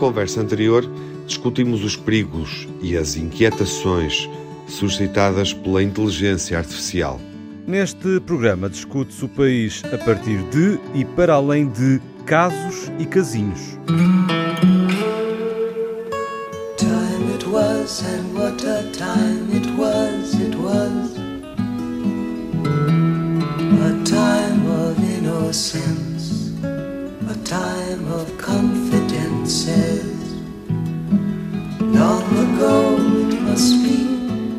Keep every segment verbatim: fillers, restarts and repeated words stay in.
conversa anterior, discutimos os perigos e as inquietações suscitadas pela inteligência artificial. Neste programa discute-se o país a partir de e para além de casos e casinhos. Time it was, and what a time it was, it was a time of innocence, a time of confidences. Long ago it must be,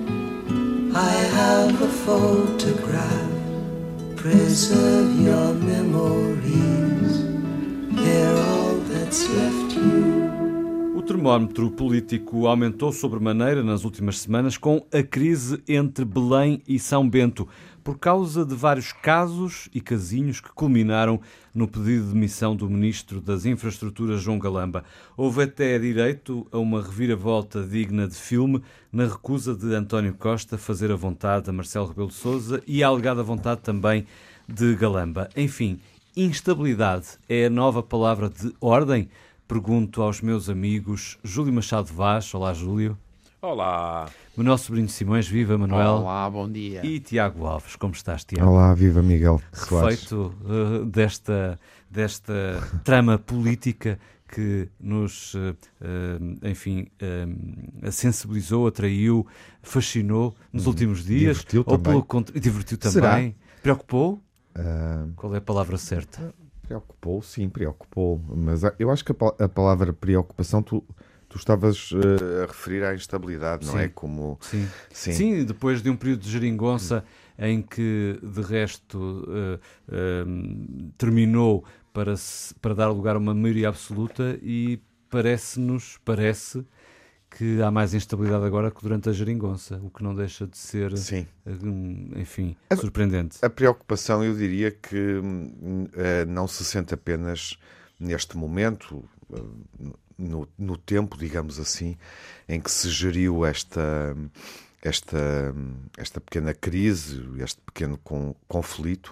I have a photograph. Preserve your memories, they're all that's left you. O termómetro político aumentou sobremaneira nas últimas semanas com a crise entre Belém e São Bento, por causa de vários casos e casinhos que culminaram no pedido de demissão do Ministro das Infraestruturas, João Galamba. Houve até direito a uma reviravolta digna de filme na recusa de António Costa fazer a vontade a Marcelo Rebelo de Sousa e a alegada vontade também de Galamba. Enfim, instabilidade é a nova palavra de ordem? Pergunto aos meus amigos Júlio Machado Vaz. Olá, Júlio. Olá. Manuel Sobrinho Simões. Viva, Manuel. Olá, bom dia. E Tiago Alves. Como estás, Tiago? Olá, viva Miguel Soares. Refeito uh, desta, desta trama política que nos, uh, uh, enfim, uh, sensibilizou, atraiu, fascinou nos hum, últimos dias. Divertiu ou também. Pelo contra... Divertiu também. Será? Preocupou? Uh... Qual é a palavra certa? Preocupou, sim, preocupou. Mas eu acho que a, a palavra preocupação, tu, tu estavas uh, a referir à instabilidade, não sim. é? Como... Sim. Sim. Sim, depois de um período de geringonça hum. em que, de resto, uh, uh, terminou para, se, para dar lugar a uma maioria absoluta e parece-nos, parece que há mais instabilidade agora que durante a geringonça, o que não deixa de ser, sim. Uh, enfim, a, surpreendente. A preocupação, eu diria que uh, não se sente apenas neste momento, uh, no, no tempo, digamos assim, em que se geriu esta, esta, esta pequena crise, este pequeno con, conflito.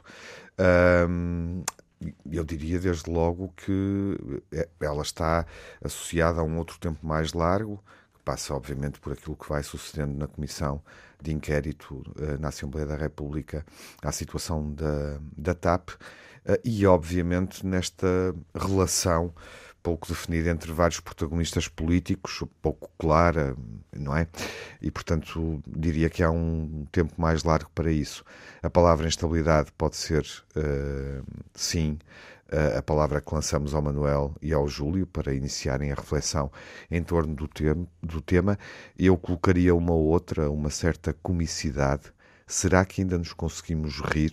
Uh, Eu diria desde logo que ela está associada a um outro tempo mais largo, que passa obviamente por aquilo que vai sucedendo na Comissão de Inquérito uh, na Assembleia da República à situação da, da T A P uh, e obviamente nesta relação pouco definida entre vários protagonistas políticos, pouco clara, não é? E, portanto, diria que há um tempo mais largo para isso. A palavra instabilidade pode ser, uh, sim, uh, a palavra que lançamos ao Manuel e ao Júlio para iniciarem a reflexão em torno do, tem- do tema. Eu colocaria uma outra, uma certa comicidade. Será que ainda nos conseguimos rir?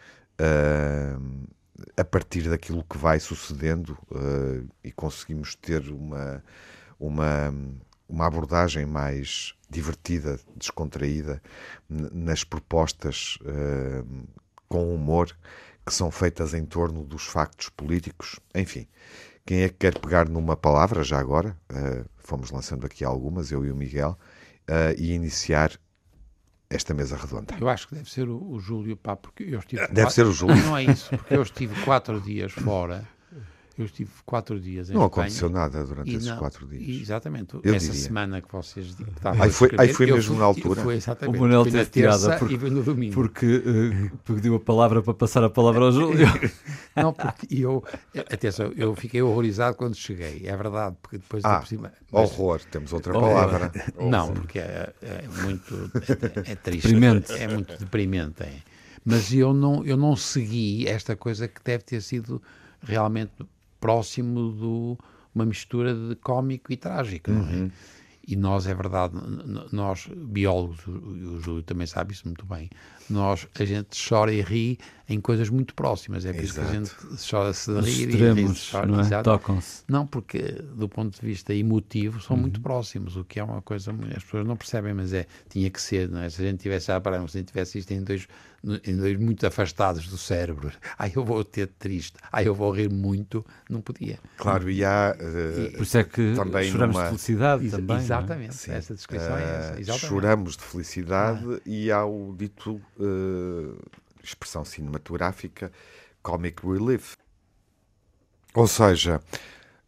Uh, a partir daquilo que vai sucedendo uh, e conseguimos ter uma, uma, uma abordagem mais divertida, descontraída n- nas propostas uh, com humor que são feitas em torno dos factos políticos. Enfim, quem é que quer pegar numa palavra já agora? Uh, fomos lançando aqui algumas, eu e o Miguel, uh, e iniciar esta mesa redonda. Eu acho que deve ser o, o Júlio, pá, porque eu estive... Deve quatro... ser o Júlio. Não, não é isso, porque eu estive quatro dias fora, eu estive quatro dias em Não Espanha, aconteceu nada durante e esses não, quatro dias. e, exatamente. Eu Essa diria. semana que vocês que estavam Aí a foi, escrever, aí foi eu mesmo fui, na altura. Foi exatamente. O Manuel Fui na teve piada terça por- e no domingo. Porque uh, pediu a palavra para passar a palavra ao Júlio. Não, porque eu, atenção, eu fiquei horrorizado quando cheguei, é verdade, porque depois Ah, por cima... mas- horror, temos outra Horror. palavra. Não, porque é, é muito é, é triste, Deprimente. é muito deprimente. É. Mas eu não, eu não segui esta coisa que deve ter sido realmente próximo de uma mistura de cómico e trágico, não é? Uhum. E nós, é verdade, n- nós, biólogos, o o Júlio também sabe isso muito bem, nós, a gente chora e ri em coisas muito próximas, é por isso que a gente chora-se de Os rir e extremos, ri-se, chora, não é? exato. Tocam-se. Não, porque do ponto de vista emotivo são Uhum. muito próximos, o que é uma coisa, as pessoas não percebem, mas é, tinha que ser, não é? Se a gente tivesse, ah, paramos, se a gente tivesse isto em dois, em dois muito afastados do cérebro, aí eu vou ter triste, aí eu vou rir muito, não podia. Claro, e há uh, Por isso é que também choramos numa- de felicidade Exa- também. exatamente, Sim. essa descrição é essa. Uh, Exatamente. choramos de felicidade e há o dito, uh, expressão cinematográfica, comic relief. Ou seja,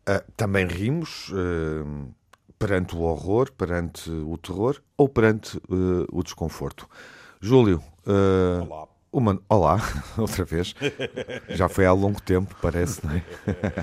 Uh, também rimos uh, perante o horror, perante o terror ou perante uh, o desconforto. Júlio, uh, Olá. Uma... Olá, outra vez. Já foi há longo tempo, parece, não é?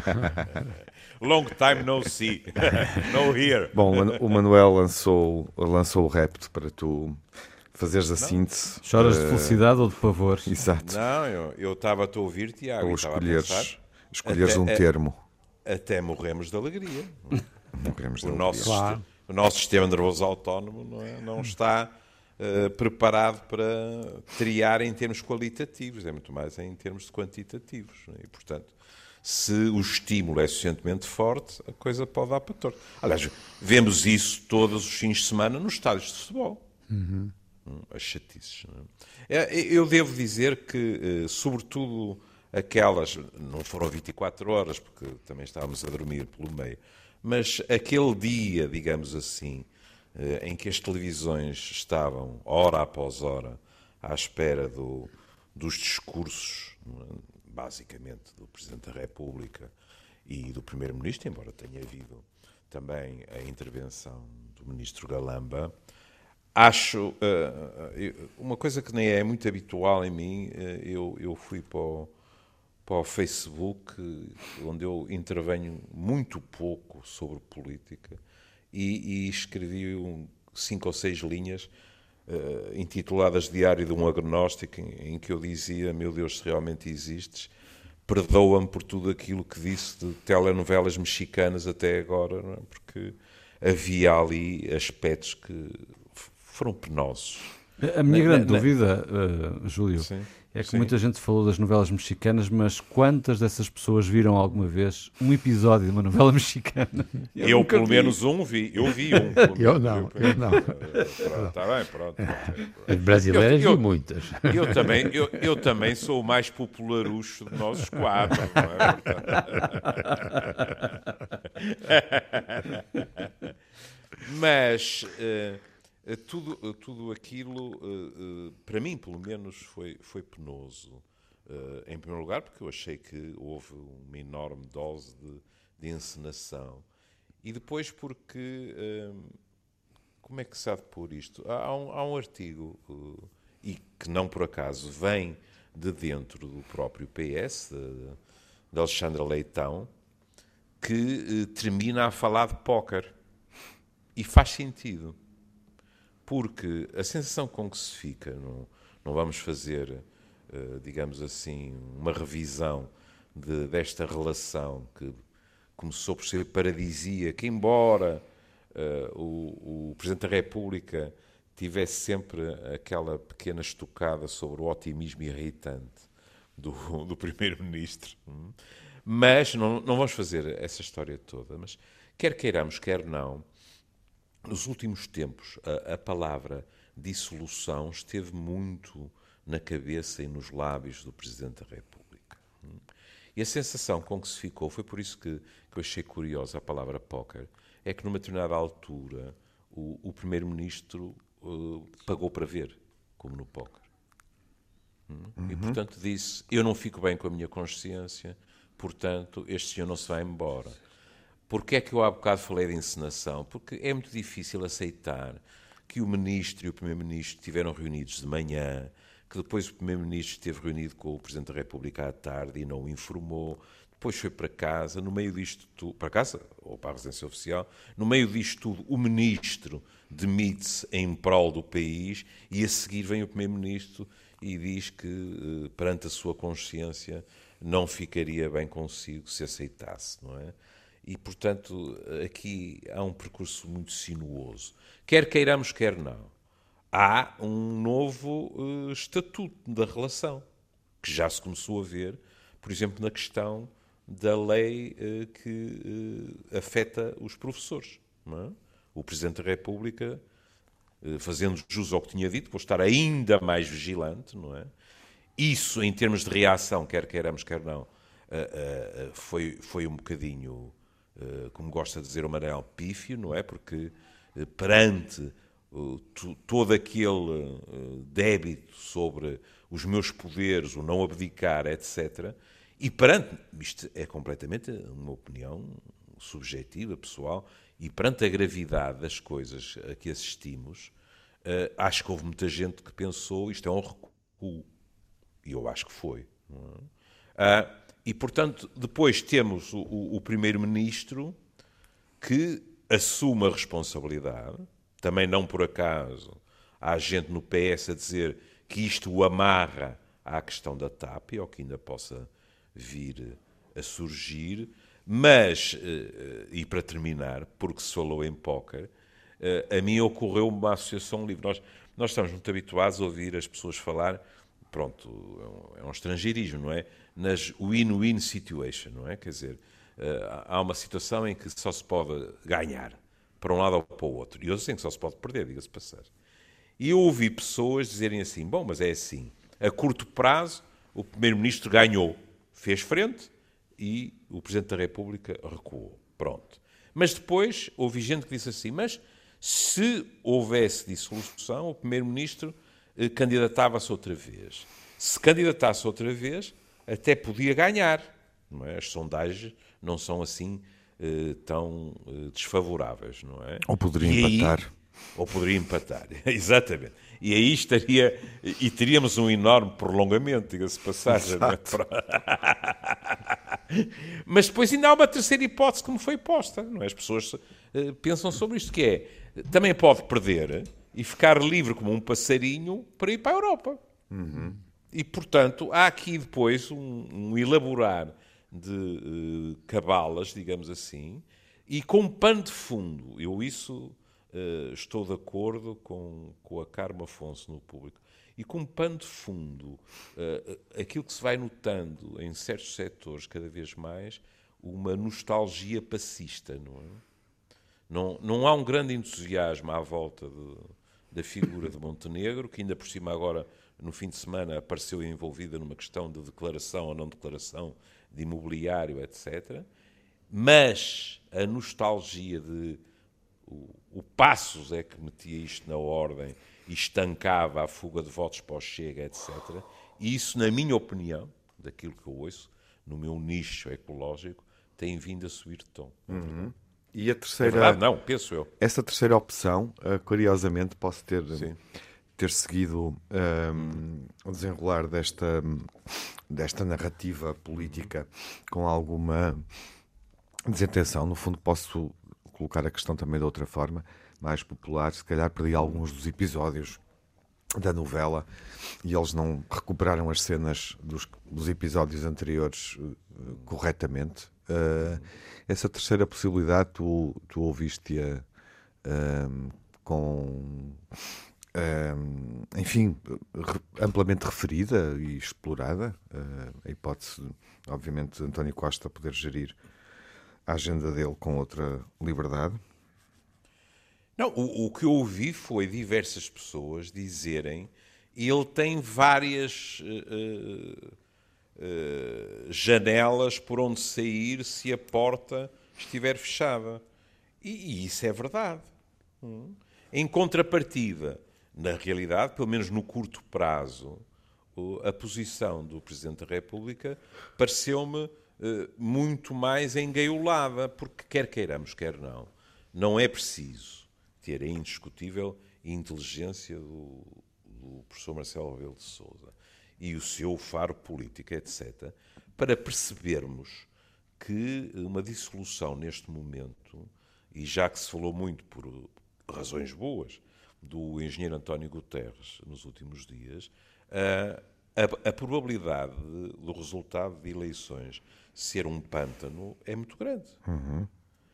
Long time no see. No here. Bom, o Manuel lançou, lançou o repto para tu fazeres a síntese. Choras uh, de felicidade ou de pavor? Exato. Não, eu estava-te a ouvir, Tiago, Ou e estava a escolheres, pensar, escolheres até- um é- termo. até morremos de alegria. Não queremos O dar nosso, Claro. siste- o nosso sistema nervoso autónomo não, é? não está eh, preparado para triar em termos qualitativos, é muito mais em termos de quantitativos. Não é? E, portanto, se o estímulo é suficientemente forte, a coisa pode dar para torto. Aliás, vemos isso todos os fins de semana nos estádios de futebol. Hum, As chatices. Não é? É, Eu devo dizer que, eh, sobretudo, aquelas, não foram vinte e quatro horas, porque também estávamos a dormir pelo meio, mas aquele dia, digamos assim, eh, em que as televisões estavam, hora após hora, à espera do, dos discursos, não é? Basicamente, do Presidente da República e do Primeiro-Ministro, embora tenha havido também a intervenção do Ministro Galamba, acho uh, uma coisa que nem é muito habitual em mim. uh, eu, eu fui para o, para o Facebook, onde eu intervenho muito pouco sobre política, e, e escrevi um, cinco ou seis linhas uh, intituladas Diário de um Agnóstico, em, em que eu dizia: meu Deus, se realmente existes, perdoa-me por tudo aquilo que disse de telenovelas mexicanas até agora, não é? Porque havia ali aspectos que foram penosos. A minha Na- grande na- na- dúvida, uh, Júlio, Sim, é que sim. muita gente falou das novelas mexicanas, mas quantas dessas pessoas viram alguma vez um episódio de uma novela mexicana? Eu, nunca pelo vi. menos um vi. Eu vi um. pelo Eu menos. não, eu não. Está bem, pronto. As brasileiras Eu- eu- vi muitas. Eu também, eu, eu também sou o mais popularucho de nós os quatro. Não é? Portanto... Mas eh, eh, tudo, eh, tudo aquilo, eh, eh, para mim, pelo menos, foi, foi penoso. Eh, em primeiro lugar, porque eu achei que houve uma enorme dose de, de encenação. E depois porque, eh, como é que se há de pôr isto? Há, há um, há um artigo, eh, e que não por acaso vem de dentro do próprio P S, de, de Alexandra Leitão, que eh, termina a falar de póquer. E faz sentido, porque a sensação com que se fica, não, não vamos fazer, uh, digamos assim, uma revisão de, desta relação que começou por ser paradisíaca, embora uh, o, o Presidente da República tivesse sempre aquela pequena estocada sobre o otimismo irritante do, do Primeiro-Ministro. Mas não, não vamos fazer essa história toda, mas quer queiramos, quer não, nos últimos tempos, a, a palavra dissolução esteve muito na cabeça e nos lábios do Presidente da República. E a sensação com que se ficou, foi por isso que, que eu achei curiosa a palavra póquer, é que numa determinada altura o, o Primeiro-Ministro uh, pagou para ver, como no póquer. Uhum. E, portanto, disse: eu não fico bem com a minha consciência, portanto, este senhor não se vai embora. Porquê é que eu há bocado falei de encenação? Porque é muito difícil aceitar que o Ministro e o Primeiro-Ministro estiveram reunidos de manhã, que depois o Primeiro-Ministro esteve reunido com o Presidente da República à tarde e não o informou, depois foi para casa, no meio disto tudo, para casa ou para a residência oficial, no meio disto tudo o Ministro demite-se em prol do país e a seguir vem o Primeiro-Ministro e diz que perante a sua consciência não ficaria bem consigo se aceitasse, não é? E, portanto, aqui há um percurso muito sinuoso. Quer queiramos, quer não. Há um novo uh, estatuto da relação, que já se começou a ver, por exemplo, na questão da lei uh, que uh, afeta os professores. Não é? O Presidente da República, uh, fazendo jus ao que tinha dito, vou estar ainda mais vigilante, não é? Isso, em termos de reação, quer queiramos, quer não, uh, uh, foi, foi um bocadinho... como gosta de dizer o Manuel, pífio, não é? Porque perante todo aquele débito sobre os meus poderes, o não abdicar, etcétera, e perante, isto é completamente uma opinião subjetiva, pessoal, e perante a gravidade das coisas a que assistimos, uh, acho que houve muita gente que pensou isto é um recuo. E eu acho que foi. Não é? Uh, e, portanto, depois temos o, o, o primeiro-ministro que assume a responsabilidade. Também não por acaso há gente no P S a dizer que isto o amarra à questão da T A P, ou que ainda possa vir a surgir. Mas, e para terminar, porque se falou em póquer, a mim ocorreu uma associação livre. Nós, nós estamos muito habituados a ouvir as pessoas falar, pronto, é um, é um estrangeirismo, não é? Nas win-win situation, não é? Quer dizer, há uma situação em que só se pode ganhar, para um lado ou para o outro. E eu sei que só se pode perder, diga-se de passagem. E eu ouvi pessoas dizerem assim, bom, mas é assim, a curto prazo o Primeiro-Ministro ganhou, fez frente, e o Presidente da República recuou. Pronto. Mas depois houve gente que disse assim, mas se houvesse dissolução, o Primeiro-Ministro eh, candidatava-se outra vez. Se candidatasse outra vez, até podia ganhar. Não é? As sondagens não são assim eh, tão eh, desfavoráveis, não é? Ou poderia e empatar. Aí, ou poderia empatar, exatamente. E aí estaria, e teríamos um enorme prolongamento, diga-se de passagem. Não é? Mas depois ainda há uma terceira hipótese que me foi posta. Não é? As pessoas uh, pensam sobre isto, que é, também pode perder e ficar livre como um passarinho para ir para a Europa. Uhum. E, portanto, há aqui depois um, um elaborar de uh, cabalas, digamos assim, e com pano de fundo. Eu isso... Uh, estou de acordo com, com a Carmo Afonso no público. E com pano de fundo, uh, aquilo que se vai notando em certos setores, cada vez mais, uma nostalgia passista, não é? Não, não há um grande entusiasmo à volta de, da figura de Montenegro, que ainda por cima agora, no fim de semana, apareceu envolvida numa questão de declaração ou não declaração de imobiliário, etcétera. Mas a nostalgia de... O, o Passos é que metia isto na ordem e estancava a fuga de votos para o Chega, etcétera. E isso, na minha opinião, daquilo que eu ouço, no meu nicho ecológico, tem vindo a subir de tom. Uhum. E a terceira... É verdade? Não, penso eu. Essa terceira opção, uh, curiosamente, posso ter, ter seguido um, o desenrolar desta, desta narrativa política com alguma desatenção. No fundo, posso... colocar a questão também de outra forma, mais popular. Se calhar perdi alguns dos episódios da novela e eles não recuperaram as cenas dos, dos episódios anteriores uh, corretamente. Uh, essa terceira possibilidade, tu, tu ouviste-a um, com... Um, enfim, re, amplamente referida e explorada. Uh, a hipótese, obviamente, de António Costa poder gerir a agenda dele com outra liberdade? Não, o, o que eu ouvi foi diversas pessoas dizerem ele tem várias uh, uh, janelas por onde sair se a porta estiver fechada. E, e isso é verdade. Hum. Em contrapartida, na realidade, pelo menos no curto prazo, a posição do Presidente da República pareceu-me muito mais engaiolada, porque quer queiramos, quer não, não é preciso ter a indiscutível inteligência do, do professor Marcelo Rebelo de Sousa e o seu faro político, etcétera, para percebermos que uma dissolução neste momento, e já que se falou muito por razões boas do engenheiro António Guterres nos últimos dias, a, a, a probabilidade de, do resultado de eleições ser um pântano é muito grande. Uhum.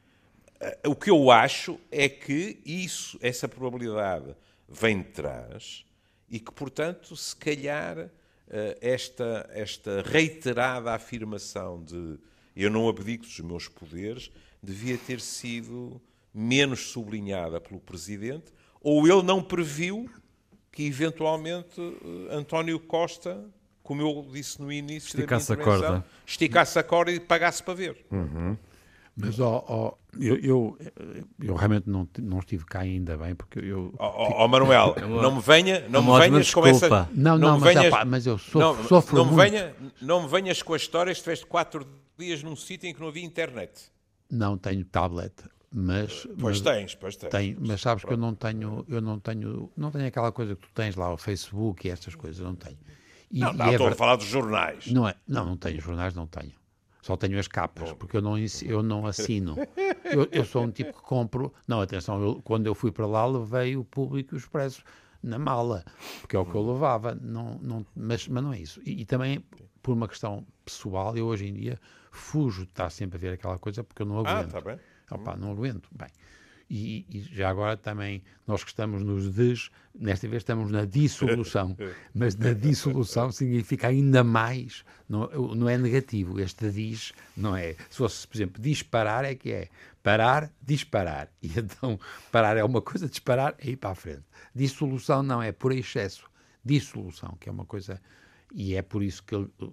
O que eu acho é que isso, essa probabilidade vem de trás e que, portanto, se calhar esta, esta reiterada afirmação de eu não abdico dos meus poderes devia ter sido menos sublinhada pelo Presidente, ou ele não previu que, eventualmente, António Costa, como eu disse no início esticasse da minha intervenção, a corda. esticasse a corda e pagasse para ver. Uhum. Mas oh, oh, eu, eu, eu realmente não, não estive cá ainda bem, porque eu... Oh, oh, oh Manuel, não me venha, não me venhas com essa... Não, não, não mas, venhas, opa, mas eu sofro, não, sofro não muito. Me venha, não me venhas com a história, estiveste quatro dias num sítio em que não havia internet. Não tenho tablet, mas... Pois mas tens, pois tens. tenho, mas sabes que eu não tenho, eu não tenho, não tenho aquela coisa que tu tens lá, o Facebook e estas coisas, eu não tenho. E, Não, e não, é estou a ver- falar dos jornais. Não é, não, não tenho jornais, não tenho. Só tenho as capas, porque eu não, ins- eu não assino. Eu, eu sou um tipo que compro. Não, atenção, eu- quando eu fui para lá, levei o Público e o Expresso na mala, porque é o que eu levava. Não, não, mas, mas não é isso. E, e também, por uma questão pessoal, eu hoje em dia fujo de estar sempre a ver aquela coisa, porque eu não Ah, aguento. está bem. Opa, não aguento. Bem. E, e já agora também, nós que estamos nos des, nesta vez estamos na dissolução, mas na dissolução significa ainda mais, não, não é negativo, este diz, não é, se fosse, por exemplo, disparar é que é, parar, disparar, e então parar é uma coisa, disparar é ir para a frente. Dissolução não, é por excesso, dissolução, que é uma coisa, e é por isso que ele, o,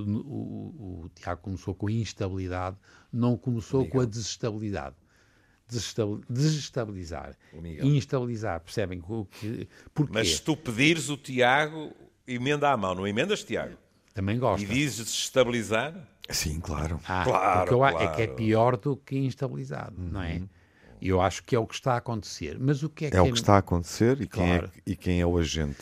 o, o Tiago começou com a instabilidade, não começou com a desestabilidade. Desestabil- desestabilizar, instabilizar, percebem? O que, porquê? Mas se tu pedires, o Tiago emenda à mão, não emendas, Tiago? Também gosta. E dizes desestabilizar? Sim, claro. Ah, Claro, porque eu a- é claro. que é pior do que instabilizado, não é? E eu acho que é o que está a acontecer. Mas o que é que É o que está a acontecer e quem, Claro. é, e quem é o agente.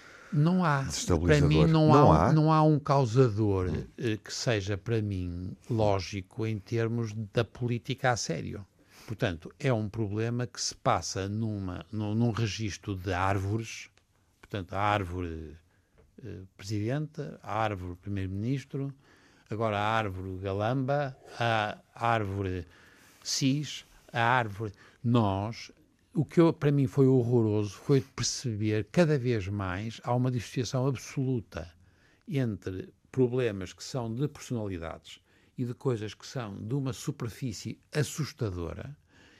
Não há, para Desestabilizador. mim não, Não há, há? não há um causador eh, que seja para mim lógico em termos da política a sério. Portanto, é um problema que se passa numa, num, num registro de árvores, portanto, a árvore eh, presidente, a árvore primeiro-ministro, agora a árvore galamba, a árvore cis, a árvore... Nós... O que eu, para mim foi horroroso foi perceber cada vez mais há uma dissociação absoluta entre problemas que são de personalidades e de coisas que são de uma superfície assustadora.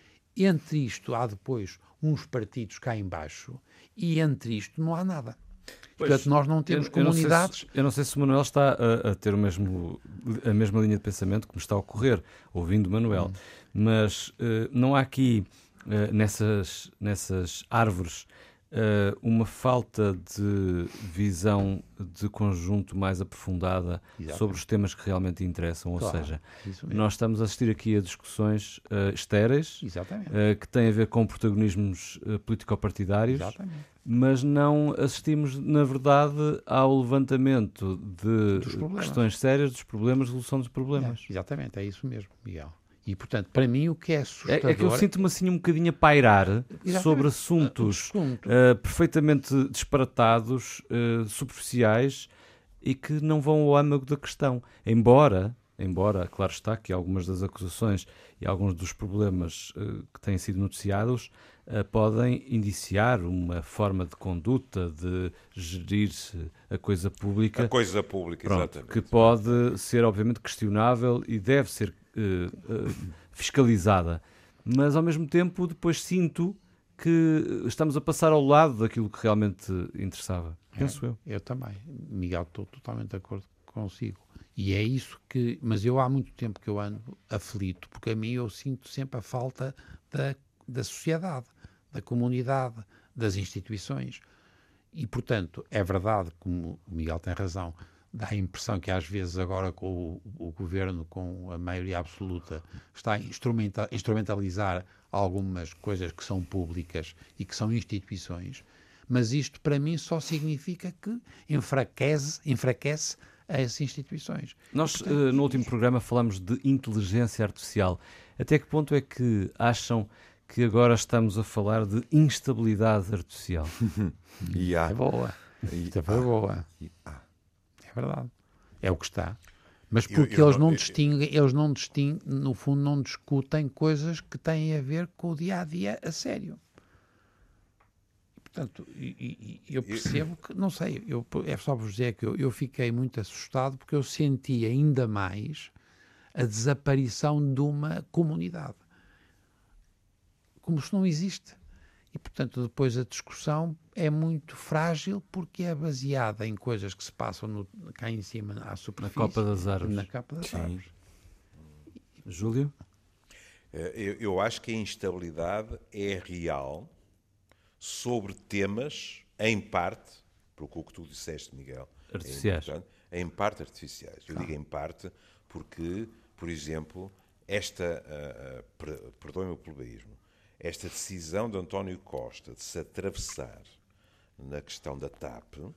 Entre isto há depois uns partidos cá em baixo e entre isto não há nada. Pois, Portanto, nós não temos eu, eu não sei se- comunidades... eu não sei se o Manuel está a, a ter o mesmo, a mesma linha de pensamento que me está a ocorrer, ouvindo o Manuel. Mas eh, não há aqui, eh, nessas, nessas árvores, eh, uma falta de visão de conjunto mais aprofundada Exatamente. sobre os temas que realmente interessam. Ou Claro, seja, isso mesmo. nós estamos a assistir aqui a discussões eh, estéreis, Exatamente. eh, que têm a ver com protagonismos eh, político-partidários, Exatamente. mas não assistimos, na verdade, ao levantamento de Dos problemas. questões sérias, dos problemas, resolução dos problemas. É, exatamente, é isso mesmo, Miguel. E, portanto, para mim o que é É, assustador... é que eu sinto-me assim um bocadinho a pairar Exatamente. sobre assuntos Assunto. eh, perfeitamente disparatados, eh, superficiais e que não vão ao âmago da questão. Embora, embora, claro está, que algumas das acusações e alguns dos problemas eh, que têm sido noticiados eh, podem indiciar uma forma de conduta, de gerir-se a coisa pública. A coisa pública, Pronto, exatamente. que pode ser obviamente questionável e deve ser eh, eh, fiscalizada, mas ao mesmo tempo depois sinto que estamos a passar ao lado daquilo que realmente interessava, penso eu. Eu também, Miguel, estou totalmente de acordo consigo. E é isso que... Mas eu há muito tempo que eu ando aflito, porque a mim eu sinto sempre a falta da, da sociedade, da comunidade, das instituições. E, portanto, é verdade, como o Miguel tem razão, dá a impressão que às vezes agora com o, o governo, com a maioria absoluta, está a instrumenta, instrumentalizar algumas coisas que são públicas e que são instituições, mas isto para mim só significa que enfraquece, enfraquece as instituições. Nós, eh, no último programa, falamos de inteligência artificial. Até que ponto é que acham que agora estamos a falar de instabilidade artificial? E há. É boa. E Esta foi há. boa. E há. É verdade. É o que está. Mas Eu- porque eu eles não- não eu- distinguem, eles não distinguem, no fundo não discutem coisas que têm a ver com o dia-a-dia a sério. Portanto, e, e, eu percebo que, não sei, eu, é só vos dizer que eu, eu fiquei muito assustado porque eu senti ainda mais a desaparição de uma comunidade. Como se não existe. E, portanto, depois a discussão é muito frágil porque é baseada em coisas que se passam no, cá em cima, à Na superfície. Copa das Árvores. Na Copa das Árvores. Júlio? Eh, Eu, eu acho que a instabilidade é real sobre temas, em parte, porque o que tu disseste, Miguel, Artificiais. é importante, em parte artificiais. Eu digo em parte porque, por exemplo, esta, uh, uh, per, perdoem o plebeísmo, esta decisão de António Costa de se atravessar na questão da T A P uh,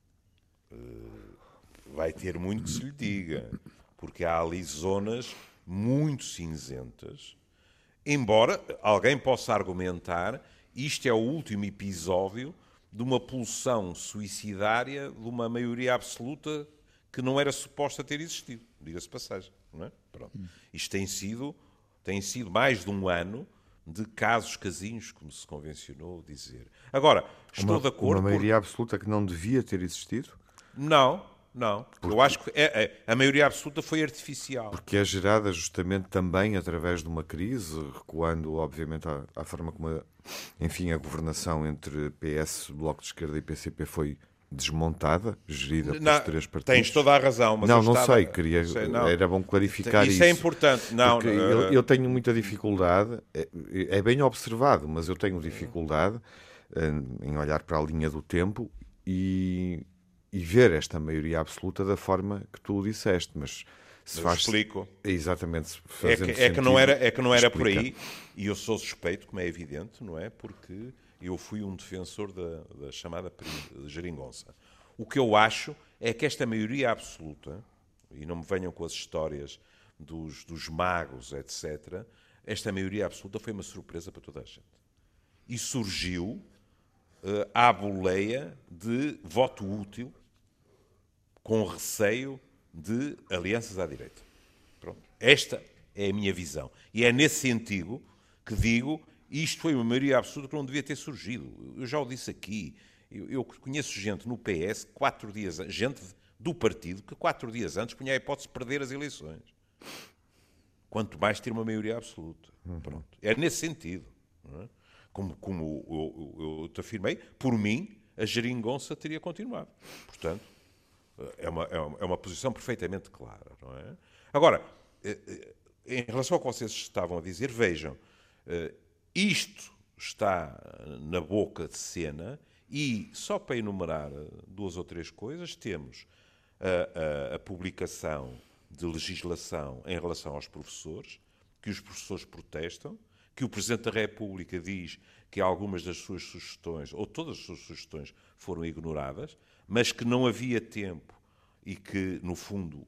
vai ter muito que se lhe diga, porque há ali zonas muito cinzentas, embora alguém possa argumentar isto é o último episódio de uma pulsão suicidária de uma maioria absoluta que não era suposta ter existido, diga-se passagem, não é? Pronto. Isto tem sido, tem sido mais de um ano de casos casinhos, como se convencionou dizer. Agora, estou uma, de acordo... Uma maioria por... absoluta que não devia ter existido? Não, não. Porque... Eu acho que é, é, a maioria absoluta foi artificial. Porque é gerada justamente também através de uma crise, recuando, obviamente, à, à forma como, a, enfim, a governação entre P S, Bloco de Esquerda e P C P foi desmontada, gerida não, pelos três partidos. Tens toda a razão. Mas não, eu não estava... sei, queria, sei, não. Era bom clarificar isso. Isso é importante. Não, não, eu, eu tenho muita dificuldade, é, é bem observado, mas eu tenho dificuldade em olhar para a linha do tempo e, e ver esta maioria absoluta da forma que tu disseste, mas... Se faz... explico. Exatamente. É que, é, que não era, é que não era por aí, e eu sou suspeito, como é evidente, não é? Porque eu fui um defensor da, da chamada geringonça. O que eu acho é que esta maioria absoluta, e não me venham com as histórias dos, dos magos, etcétera, esta maioria absoluta foi uma surpresa para toda a gente. E surgiu uh, à boleia de voto útil, com receio de alianças à direita. Pronto. Esta é a minha visão. E é nesse sentido que digo, isto foi uma maioria absoluta que não devia ter surgido. Eu já o disse aqui. Eu, eu conheço gente no P S, quatro dias, gente do partido, que quatro dias antes punha a hipótese de perder as eleições. Quanto mais ter uma maioria absoluta. Pronto. É nesse sentido. Não é? Como, como eu, eu, eu te afirmei, por mim, a geringonça teria continuado. Portanto, É uma, é, uma, é uma posição perfeitamente clara, não é? Agora, em relação ao que vocês estavam a dizer, vejam, isto está na boca de cena e, só para enumerar duas ou três coisas, temos a, a, a publicação de legislação em relação aos professores, que os professores protestam, que o Presidente da República diz que algumas das suas sugestões, ou todas as suas sugestões, foram ignoradas, mas que não havia tempo e que, no fundo,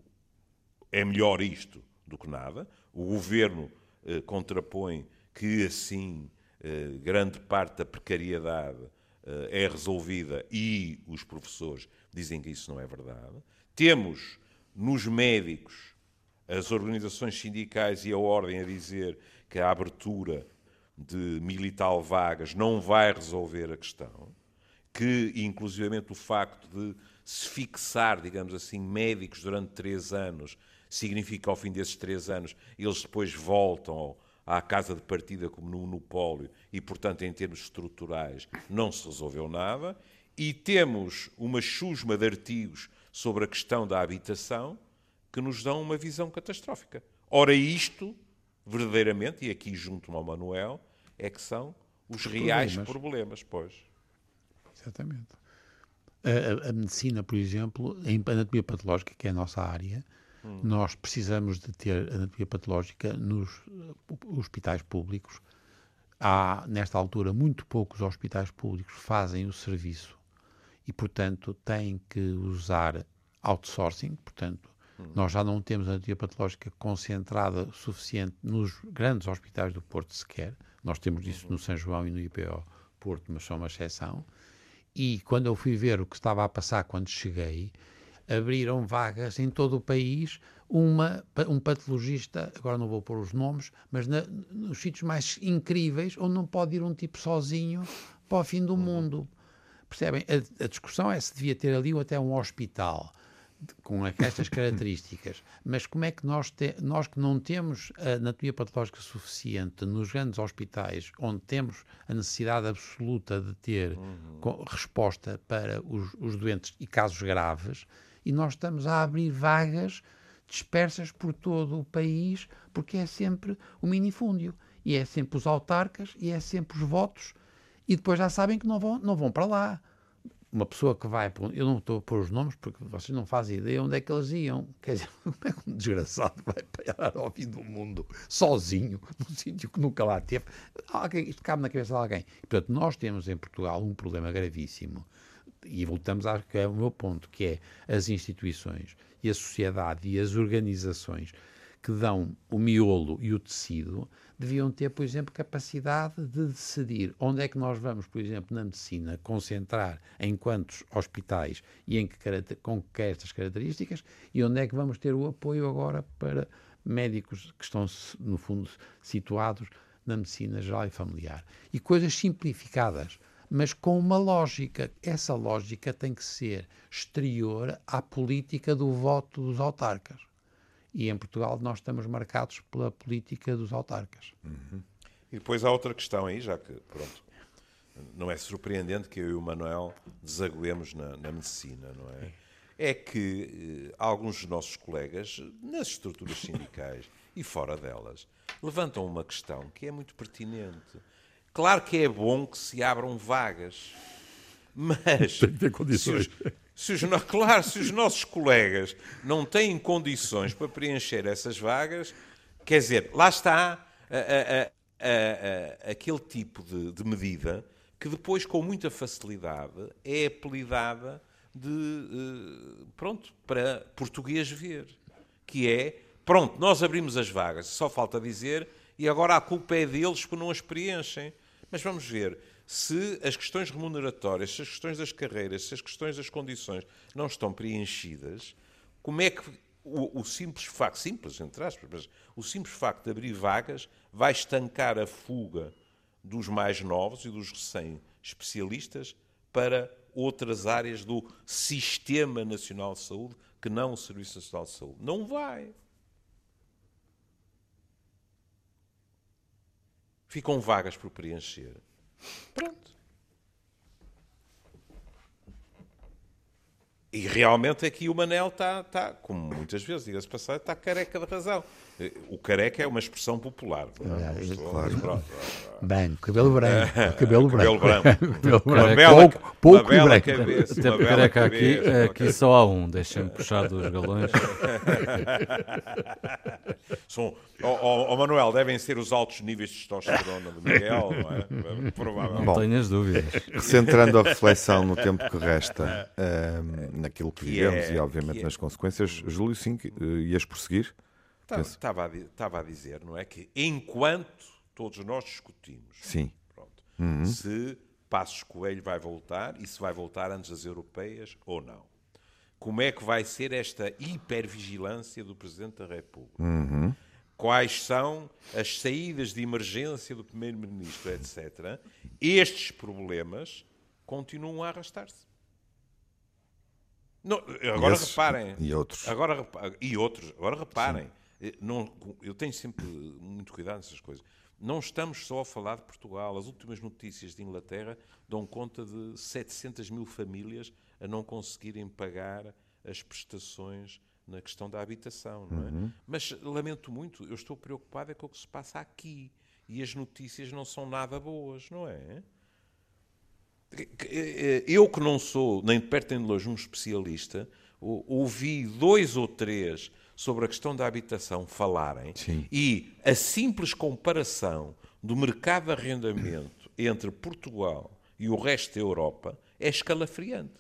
é melhor isto do que nada. O Governo eh, contrapõe que, assim, eh, grande parte da precariedade eh, é resolvida e os professores dizem que isso não é verdade. Temos, nos médicos, as organizações sindicais e a Ordem a dizer que a abertura de mil e tal vagas não vai resolver a questão, que, inclusivamente, o facto de se fixar, digamos assim, médicos durante três anos, significa, ao fim desses três anos, eles depois voltam à casa de partida como no monopólio e, portanto, em termos estruturais, não se resolveu nada. E temos uma chusma de artigos sobre a questão da habitação que nos dão uma visão catastrófica. Ora, isto, verdadeiramente, e aqui junto ao Manuel, é que são os reais problemas, problemas pois. Exatamente. A, a medicina, por exemplo, a anatomia patológica, que é a nossa área, hum. nós precisamos de ter anatomia patológica nos hospitais públicos. Há, nesta altura, muito poucos hospitais públicos fazem o serviço e, portanto, têm que usar outsourcing. Portanto, hum. nós já não temos anatomia patológica concentrada o suficiente nos grandes hospitais do Porto sequer. Nós temos isso no São João e no I P O Porto, mas são uma exceção. E quando eu fui ver o que estava a passar quando cheguei, abriram vagas em todo o país, uma, um patologista, agora não vou pôr os nomes, mas na, nos sítios mais incríveis, onde não pode ir um tipo sozinho para o fim do mundo. Percebem? A, a discussão é se devia ter ali até um hospital com estas características, mas como é que nós, te, nós que não temos a anatomia patológica suficiente nos grandes hospitais, onde temos a necessidade absoluta de ter uhum. resposta para os, os doentes e casos graves, e nós estamos a abrir vagas dispersas por todo o país, porque é sempre o minifúndio, e é sempre os autarcas, e é sempre os votos, e depois já sabem que não vão, não vão para lá. uma pessoa que vai... Eu não estou a pôr os nomes porque vocês não fazem ideia onde é que eles iam. Quer dizer, como é que um desgraçado vai parar ao fim do mundo sozinho, num sítio que nunca lá teve? Alguém, isto cabe na cabeça de alguém. E, portanto, nós temos em Portugal um problema gravíssimo, e voltamos ao que é o meu ponto, que é as instituições e a sociedade e as organizações que dão o miolo e o tecido, deviam ter, por exemplo, capacidade de decidir onde é que nós vamos, por exemplo, na medicina, concentrar em quantos hospitais e em que, com que estas características, e onde é que vamos ter o apoio agora para médicos que estão, no fundo, situados na medicina geral e familiar. E coisas simplificadas, mas com uma lógica. Essa lógica tem que ser exterior à política do voto dos autarcas. E em Portugal nós estamos marcados pela política dos autarcas. Uhum. E depois há outra questão aí, já que, pronto, não é surpreendente que eu e o Manuel desaguemos na, na medicina, não é? É que eh, alguns dos nossos colegas, nas estruturas sindicais e fora delas, levantam uma questão que é muito pertinente. Claro que é bom que se abram vagas, mas... Tem que ter condições. Se os, se os, claro, se os nossos colegas não têm condições para preencher essas vagas, quer dizer, lá está a, a, a, a, aquele tipo de, de medida que depois, com muita facilidade, é apelidada de, pronto, para português ver, que é, pronto, nós abrimos as vagas, só falta dizer, e agora a culpa é deles por não as preenchem. Mas vamos ver, se as questões remuneratórias, se as questões das carreiras, se as questões das condições não estão preenchidas, como é que o, o simples facto, simples entre aspas, mas o simples facto de abrir vagas vai estancar a fuga dos mais novos e dos recém-especialistas para outras áreas do Sistema Nacional de Saúde, que não o Serviço Nacional de Saúde? Não vai. Ficam vagas por preencher. Pronto. E realmente aqui o Manel está, está como muitas vezes, diga-se passar, está careca de razão. O careca é uma expressão popular. Não é? É, Claro. Pronto. Branco, cabelo branco, cabelo branco. Cabelo branco. Cabelo Uma branco. bela, Pouco, pouco uma bela branco. cabeça. Até Uma porque bela careca aqui, cabeça. aqui só há um, deixem-me puxar dos galões. São, ó, ó, ó, Manuel, devem ser os altos níveis de testosterona do Miguel, não é? Provavelmente. Não tenhas dúvidas. Recentrando a reflexão no tempo que resta, um, naquilo que Que vivemos é- e, obviamente, que é- nas consequências, Júlio, sim, que, uh, ias prosseguir? Penso- Estava a, di- estava a dizer, não é? Que enquanto todos nós discutimos Sim. pronto, se Passos Coelho vai voltar e se vai voltar antes das europeias ou não. Como é que vai ser esta hipervigilância do Presidente da República? Quais são as saídas de emergência do Primeiro-Ministro, etcétera. Estes problemas continuam a arrastar-se. Não, agora Esses reparem. e outros. Agora, repa- e outros. Agora reparem. Eh, Não, eu tenho sempre muito cuidado nessas coisas. Não estamos só a falar de Portugal. As últimas notícias de Inglaterra dão conta de setecentas mil famílias a não conseguirem pagar as prestações na questão da habitação, não é? Mas lamento muito, eu estou preocupado é com o que se passa aqui. E as notícias não são nada boas, não é? Eu que não sou, nem de perto nem de longe, um especialista, ou- ouvi dois ou três sobre a questão da habitação falarem. Sim. E a simples comparação do mercado de arrendamento entre Portugal e o resto da Europa é escalafriante.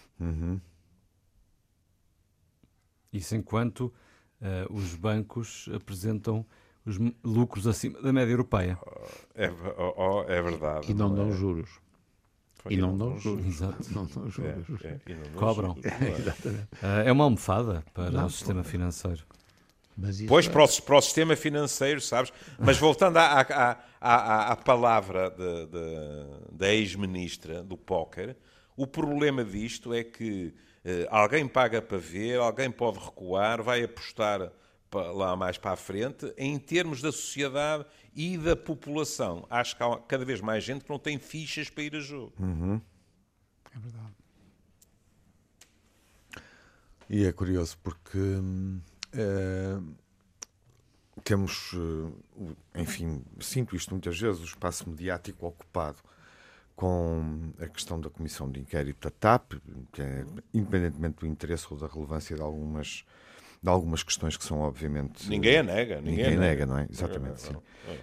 Isso enquanto eh, os bancos apresentam os m- lucros acima da média europeia. É, oh, oh, é verdade. E não é? dão juros. E não dão juros. Exato. Não dão juros. É, e não dão Cobram. juros, não é? Exatamente. Eh, é uma almofada para Não, o sistema financeiro. Mas isso Pois, é- para o, para o sistema financeiro, sabes? Mas voltando à, à, à, à, à palavra de- de- da ex-ministra do póquer, o problema disto é que eh, alguém paga para ver, alguém pode recuar, vai apostar pa- lá mais para a frente, em termos da sociedade e da população. Acho que há cada vez mais gente que não tem fichas para ir a jogo. É verdade. E é curioso porque hum, eh, temos, eh, o- enfim, sinto isto muitas vezes, o espaço mediático ocupado com a questão da comissão de inquérito da T A P, que é, independentemente do interesse ou da relevância de algumas, de algumas questões que são, obviamente... Ninguém a nega. Ninguém, Ninguém a nega, não é? Exatamente, sim.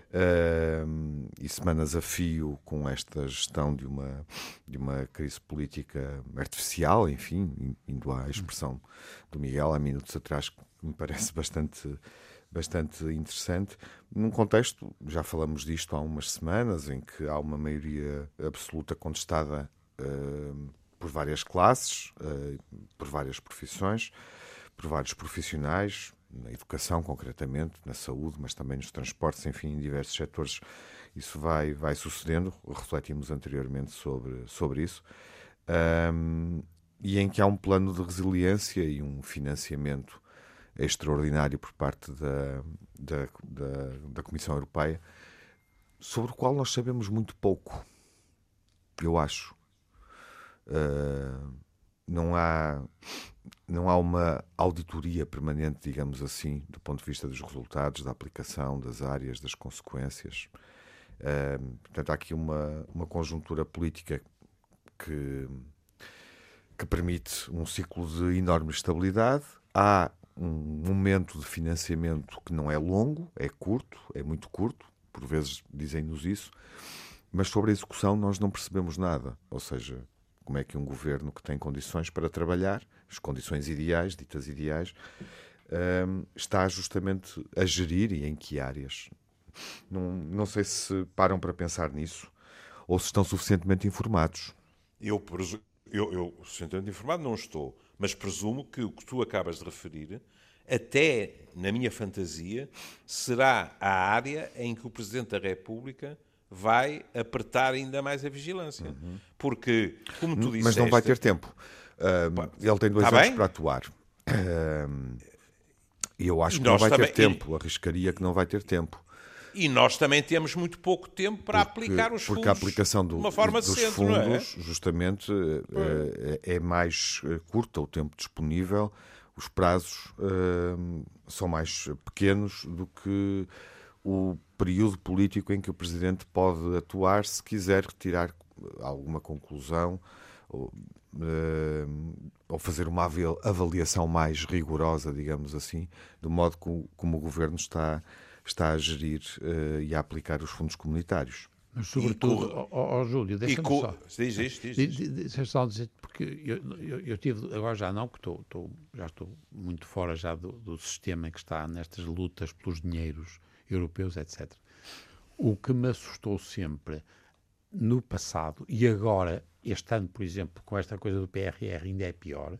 Uh, e semanas a fio com esta gestão de uma, de uma crise política artificial, enfim, indo à expressão do Miguel há minutos atrás, que me parece bastante, bastante interessante, num contexto, já falamos disto há umas semanas, em que há uma maioria absoluta contestada uh, por várias classes, uh, por várias profissões, por vários profissionais, na educação concretamente, na saúde, mas também nos transportes, enfim, em diversos setores. Isso vai, vai sucedendo, refletimos anteriormente sobre, sobre isso, um, e em que há um plano de resiliência e um financiamento extraordinário por parte da, da, da, da Comissão Europeia, sobre o qual nós sabemos muito pouco, eu acho. Uh, não há... Não há uma auditoria permanente, digamos assim, do ponto de vista dos resultados, da aplicação, das áreas, das consequências. Uh, portanto, há aqui uma, uma conjuntura política que, que permite um ciclo de enorme estabilidade. Há um momento de financiamento que não é longo, é curto, é muito curto, por vezes dizem-nos isso, mas sobre a execução nós não percebemos nada. Ou seja, como é que um governo que tem condições para trabalhar, as condições ideais, ditas ideais, um, está justamente a gerir e em que áreas. Não, não sei se param para pensar nisso ou se estão suficientemente informados. Eu, presu- eu, eu suficientemente informado não estou, mas presumo que o que tu acabas de referir, até na minha fantasia, será a área em que o Presidente da República vai apertar ainda mais a vigilância. Uhum. Porque, como tu disseste... Mas não vai ter tempo. Uh, ele tem dois tá anos bem? para atuar. Uh, eu acho E que não vai também... ter tempo. Arriscaria que não vai ter tempo. E nós também temos muito pouco tempo para porque, aplicar os porque fundos a aplicação do, de uma forma dos decente, fundos, não é? justamente, é, é mais curta o tempo disponível, os prazos uh, são mais pequenos do que o período político em que o Presidente pode atuar se quiser retirar alguma conclusão ou, uh, ou fazer uma avaliação mais rigorosa, digamos assim, do modo como, como o Governo está... está a gerir uh, e a aplicar os fundos comunitários. Mas, sobretudo, ó oh, oh, Júlio, deixa-me co... só... Diz, diz, diz. diz. Deixa só dizer, porque eu, eu, eu tive, agora já não, porque estou, estou, já estou muito fora já do, do sistema que está nestas lutas pelos dinheiros europeus, etcétera. O que me assustou sempre no passado, e agora, este ano, por exemplo, com esta coisa do P R R ainda é pior,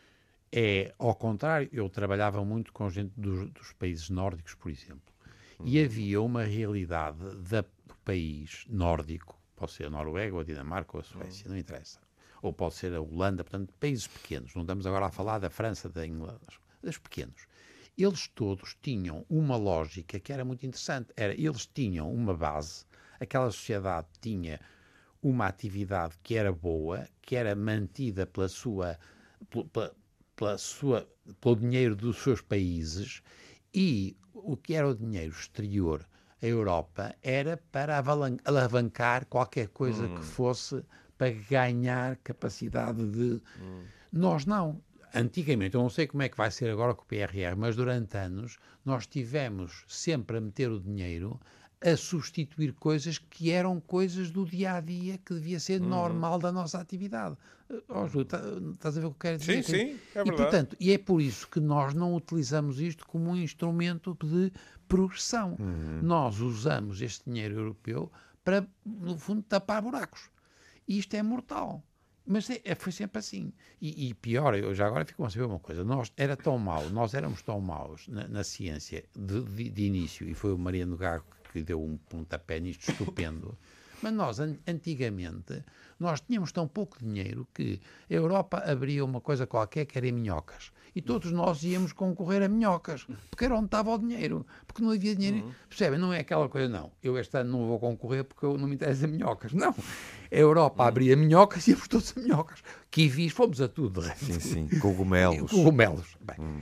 é, ao contrário, eu trabalhava muito com gente dos, dos países nórdicos, por exemplo, e havia uma realidade da, do país nórdico, pode ser a Noruega, ou a Dinamarca, ou a Suécia, uhum. não interessa. Ou pode ser a Holanda, portanto, países pequenos. Não estamos agora a falar da França, da Inglaterra, dos pequenos. Eles todos tinham uma lógica que era muito interessante. Era, eles tinham uma base, aquela sociedade tinha uma atividade que era boa, que era mantida pela sua, pela, pela sua, pelo dinheiro dos seus países, e o que era o dinheiro exterior, a Europa, era para alavancar qualquer coisa hum. que fosse para ganhar capacidade de... Hum. Nós não. Antigamente, eu não sei como é que vai ser agora com o P R R, mas durante anos nós tivemos sempre a meter o dinheiro a substituir coisas que eram coisas do dia-a-dia, que devia ser hum. normal da nossa atividade. Oh, Júlio, tá, estás a ver o que eu quero dizer? Sim, sim, é verdade. E, portanto, e é por isso que nós não utilizamos isto como um instrumento de progressão. Uhum. Nós usamos este dinheiro europeu para, no fundo, tapar buracos. E isto é mortal. Mas é, é, foi sempre assim. E, e pior, eu já agora fico a saber uma coisa. Nós, era tão mau, nós éramos tão maus na, na ciência de, de, de início, e foi o Mariano Gago que deu um pontapé nisto estupendo. Mas nós, an- antigamente, nós tínhamos tão pouco dinheiro que a Europa abria uma coisa qualquer que era em minhocas. E todos nós íamos concorrer a minhocas, porque era onde estava o dinheiro. Porque não havia dinheiro. Uhum. Percebem? Não é aquela coisa, não. Eu este ano não vou concorrer porque eu não me interessa minhocas. Não. A Europa uhum. abria minhocas e íamos todos a minhocas. Kiwis, fomos a tudo. De resto. Sim, sim. Cogumelos. Cogumelos. Bem, uhum.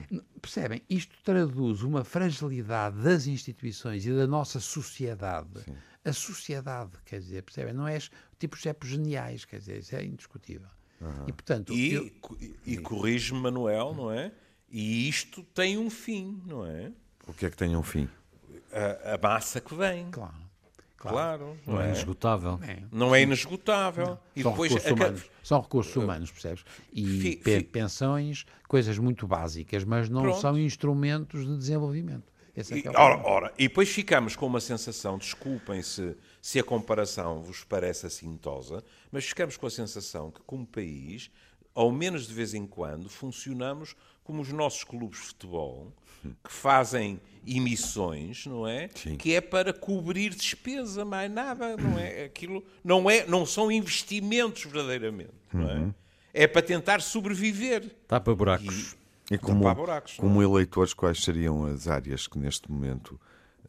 percebem? Isto traduz uma fragilidade das instituições e da nossa sociedade. Sim. A sociedade, quer dizer, percebem? Não é tipos cepos geniais, quer dizer, isso é indiscutível. Uhum. E, portanto... E, eu... e corrige-me, Manuel, não é? E isto tem um fim, não é? O que é que tem um fim? A, a massa que vem. Claro. Claro, claro não, não é inesgotável. É. Não é inesgotável. Não. E são, depois recursos a... humanos, são recursos humanos, percebes? E fi, fi... pensões, coisas muito básicas, mas não Pronto. São instrumentos de desenvolvimento. Esse é e, que é o ora, ora, e depois ficamos com uma sensação, desculpem se, se a comparação vos parece assintosa, mas ficamos com a sensação que, como país, ao menos de vez em quando, funcionamos como os nossos clubes de futebol, que fazem emissões, não é? Sim. Que é para cobrir despesa, mais nada, não é? Aquilo não, é, não são investimentos verdadeiramente, não é? Uhum. É para tentar sobreviver. Tapa buracos. E, e como, buracos, como eleitores, quais seriam as áreas que neste momento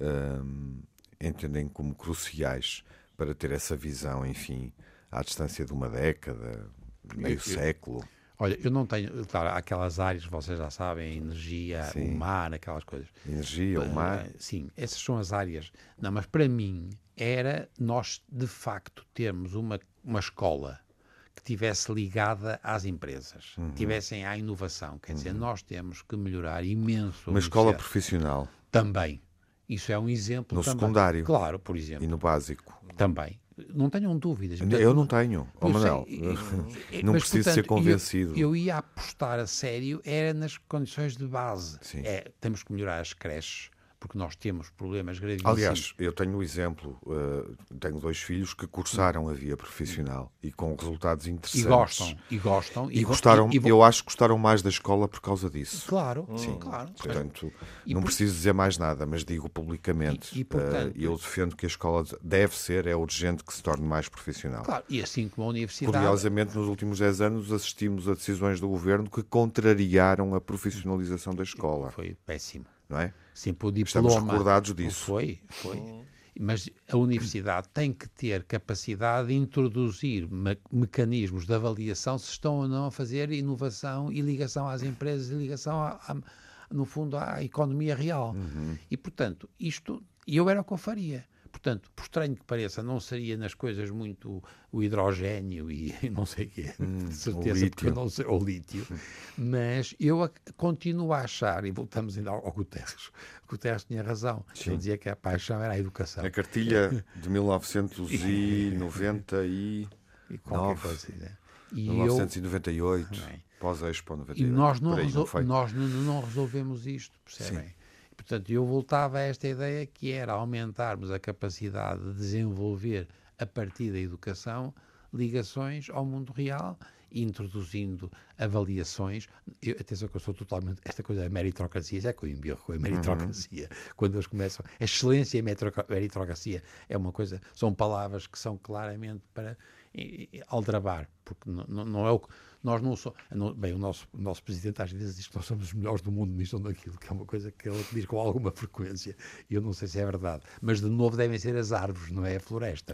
hum, entendem como cruciais para ter essa visão, enfim, à distância de uma década, meio eu, século? Olha, eu não tenho... Claro, aquelas áreas, vocês já sabem, a energia, sim. O mar, aquelas coisas. Energia, o mar. Uh, sim, essas são as áreas. Não, mas para mim era nós, de facto, termos uma, uma escola que estivesse ligada às empresas, uhum. tivessem à inovação. Quer dizer, uhum. nós temos que melhorar imenso. Uma escola profissional. Também. Isso é um exemplo no também. Secundário. Claro, por exemplo. E no básico. Também. Não tenham dúvidas. Portanto, eu não tenho, oh, Manuel. Sei, não mas, preciso portanto, ser convencido. Eu, eu ia apostar a sério, era nas condições de base. É, temos que melhorar as creches, porque nós temos problemas gravíssimos. Aliás, eu tenho o exemplo, uh, tenho dois filhos que cursaram a via profissional e com resultados interessantes. E gostam, e gostam. E, e gostaram, e, e, eu acho que gostaram mais da escola por causa disso. Claro, sim, claro. Portanto, e não por... preciso dizer mais nada, mas digo publicamente. E, e portanto, uh, eu defendo que a escola deve ser, é urgente que se torne mais profissional. Claro, e assim como a universidade... Curiosamente, nos últimos dez anos assistimos a decisões do governo que contrariaram a profissionalização da escola. Foi péssimo. Não é? Sim, por diploma. Estamos recordados disso. Foi, foi. Mas a universidade tem que ter capacidade de introduzir me mecanismos de avaliação se estão ou não a fazer inovação e ligação às empresas e ligação, a, a, no fundo, à economia real. Uhum. E, portanto, isto, eu era o que eu faria. Portanto, por estranho que pareça, não seria nas coisas muito o hidrogénio e não sei o quê, hum, de certeza, o porque eu não sei, o lítio, mas eu a, continuo a achar, e voltamos ainda ao, ao Guterres, o Guterres tinha razão, Sim. Ele dizia que a paixão era a educação. A cartilha de mil novecentos e noventa e nove, e mil novecentos e noventa e oito, pós-Expo noventa e oito. E nós não, resol não nós não, não resolvemos isto, percebem? Sim. Portanto, eu voltava a esta ideia que era aumentarmos a capacidade de desenvolver, a partir da educação, ligações ao mundo real, introduzindo avaliações. Eu, atenção que eu sou totalmente... Esta coisa da meritocracia, já é que eu embirro com a meritocracia. Uhum. Quando eles começam... A excelência e a meritocracia é uma coisa... São palavras que são claramente para e, e, aldrabar, porque não, não, não é o... Nós não somos... Bem, o nosso, o nosso presidente às vezes diz que nós somos os melhores do mundo nisto ou naquilo, que é uma coisa que ele diz com alguma frequência, e eu não sei se é verdade. Mas, de novo, devem ser as árvores, não é a floresta.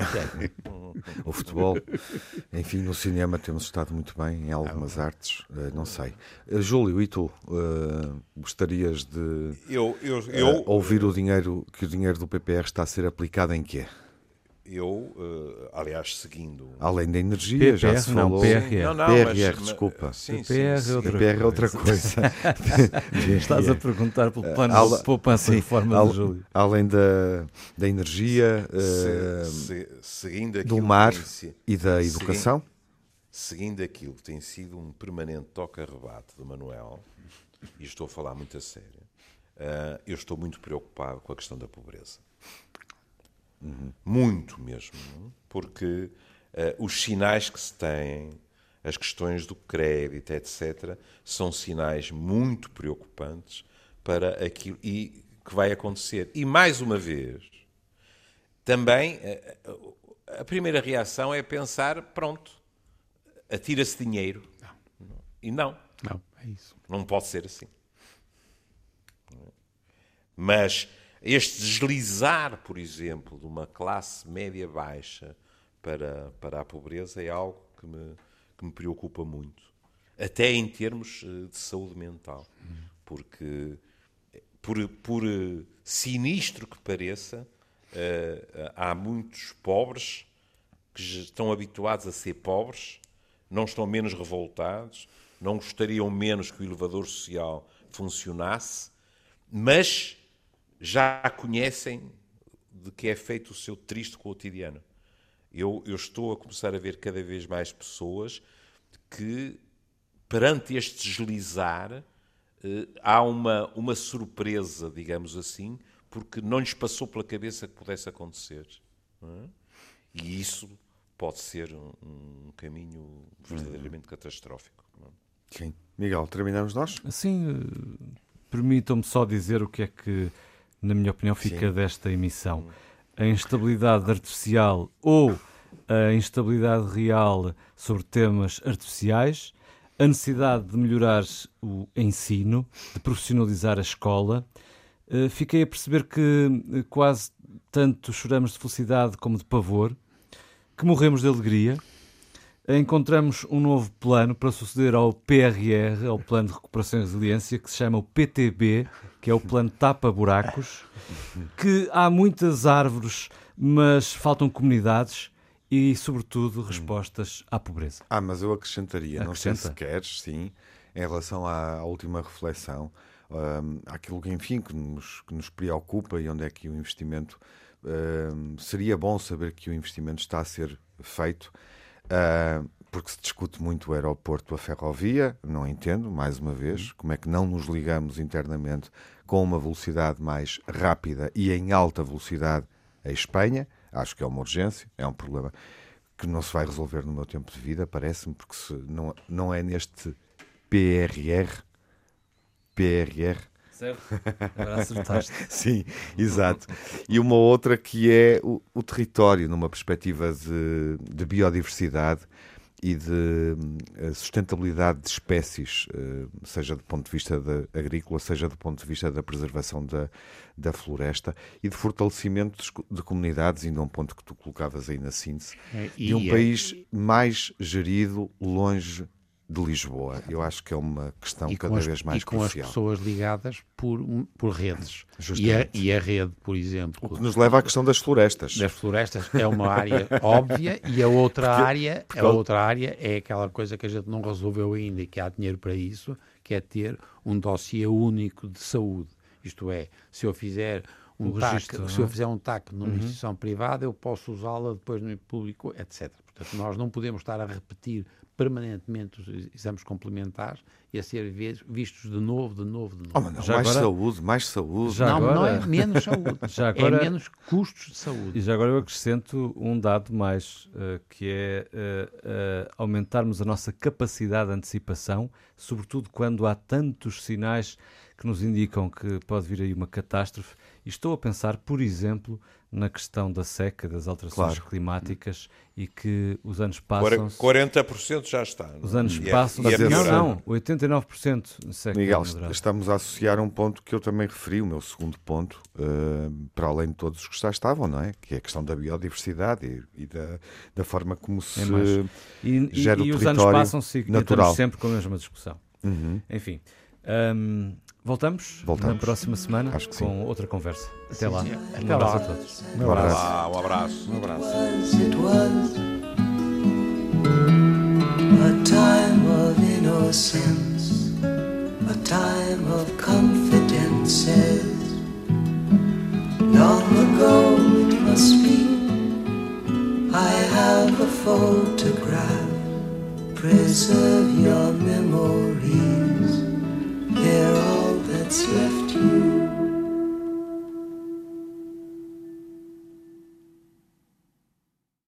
O futebol. Enfim, no cinema temos estado muito bem, em algumas ah, artes, uh, não sei. Uh, Júlio, e tu? Uh, gostarias de eu, eu, eu, uh, ouvir o dinheiro, que o dinheiro do P P R está a ser aplicado em quê? Eu, uh, aliás, seguindo... Além da energia, P P R, já se falou... Não, P R R. Não, não, P R R, mas, desculpa. Sim, P P R sim, é outra P P R é outra coisa. Estás a perguntar pelo plano uh, de poupança e reforma al, do Júlio. Além da, da energia, uh, se, se, seguindo do mar tem, e da educação? Seguindo, seguindo aquilo que tem sido um permanente toque-a-rebate do Manuel, e estou a falar muito a sério, uh, eu estou muito preocupado com a questão da pobreza. Uhum. Muito mesmo, porque uh, os sinais que se têm, as questões do crédito, etcétera, são sinais muito preocupantes para aquilo e que vai acontecer. E, mais uma vez, também uh, a primeira reação é pensar, pronto, atira-se dinheiro. Não. E não. Não, é isso. Não pode ser assim. Mas... Este deslizar, por exemplo, de uma classe média-baixa para, para a pobreza é algo que me, que me preocupa muito. Até em termos de saúde mental. porque, por, por sinistro que pareça, há muitos pobres que estão habituados a ser pobres, não estão menos revoltados, não gostariam menos que o elevador social funcionasse, mas já conhecem de que é feito o seu triste cotidiano. Eu, eu estou a começar a ver cada vez mais pessoas que, perante este deslizar, eh, há uma, uma surpresa, digamos assim, porque não lhes passou pela cabeça que pudesse acontecer. Não é? E isso pode ser um, um caminho verdadeiramente catastrófico. Não é? Sim. Miguel, terminamos nós? Sim, permitam-me só dizer o que é que, na minha opinião, fica Sim. desta emissão. A instabilidade artificial ou a instabilidade real sobre temas artificiais, a necessidade de melhorar o ensino, de profissionalizar a escola. Fiquei a perceber que quase tanto choramos de felicidade como de pavor, que morremos de alegria. Encontramos um novo plano para suceder ao P R R, ao Plano de Recuperação e Resiliência, que se chama o P T B, que é o Plano Tapa-Buracos, que há muitas árvores, mas faltam comunidades e, sobretudo, respostas à pobreza. Ah, mas eu acrescentaria, Acrescenta. não sei se queres, sim, em relação à, à última reflexão, um, àquilo que, enfim, que nos, que nos preocupa e onde é que o investimento... Um, seria bom saber que o investimento está a ser feito, uh, porque se discute muito o aeroporto, a ferrovia, não entendo, mais uma vez, como é que não nos ligamos internamente com uma velocidade mais rápida e em alta velocidade à Espanha. Acho que é uma urgência, é um problema que não se vai resolver no meu tempo de vida, parece-me, porque se não, não é neste P R R, P R R, certo? Agora acertaste. Sim, exato. E uma outra que é o, o território, numa perspectiva de, de biodiversidade e de sustentabilidade de espécies, seja do ponto de vista da agrícola, seja do ponto de vista da preservação da, da floresta e de fortalecimento de, de comunidades, ainda um ponto que tu colocavas aí na síntese, é, de um é... país mais gerido longe de Lisboa. Eu acho que é uma questão e cada as, vez mais e com crucial. As pessoas ligadas por, por redes. E a, e a rede, por exemplo... O que nos leva à questão das florestas. Das florestas é uma área óbvia e a outra, porque, área, porque... a outra área é aquela coisa que a gente não resolveu ainda e que há dinheiro para isso, que é ter um dossiê único de saúde. Isto é, se eu fizer um o T A C, registro, se eu fizer um T A C numa uhum. instituição privada, eu posso usá-la depois no público, etcétera. Portanto, nós não podemos estar a repetir permanentemente os exames complementares e a ser vistos de novo, de novo, de novo. Oh, não, já mais agora, saúde, mais saúde. Já não, agora, não é menos saúde, já agora, é menos custos de saúde. E já agora eu acrescento um dado mais, uh, que é uh, uh, aumentarmos a nossa capacidade de antecipação, sobretudo quando há tantos sinais que nos indicam que pode vir aí uma catástrofe. E estou a pensar, por exemplo, na questão da seca, das alterações claro. climáticas e que os anos passam... quarenta por cento já está. Não? Os anos e passam... É, é não, não, oitenta e nove por cento seca. Miguel, estamos a associar um ponto que eu também referi, o meu segundo ponto, uh, para além de todos os que já estavam, não é? Que é a questão da biodiversidade e, e da, da forma como se é e, gera e, o e território os anos passam-se e natural. estamos sempre com a mesma discussão. Uhum. Enfim... Um, voltamos, voltamos na próxima semana com sim. outra conversa. Até lá. Até um abraço lá. a todos. Um abraço. Ah, um abraço. Um abraço. It was a time of innocence, a time of confidences. Long ago it must be. I have a photograph. Preserve your memories. They're all that's left you.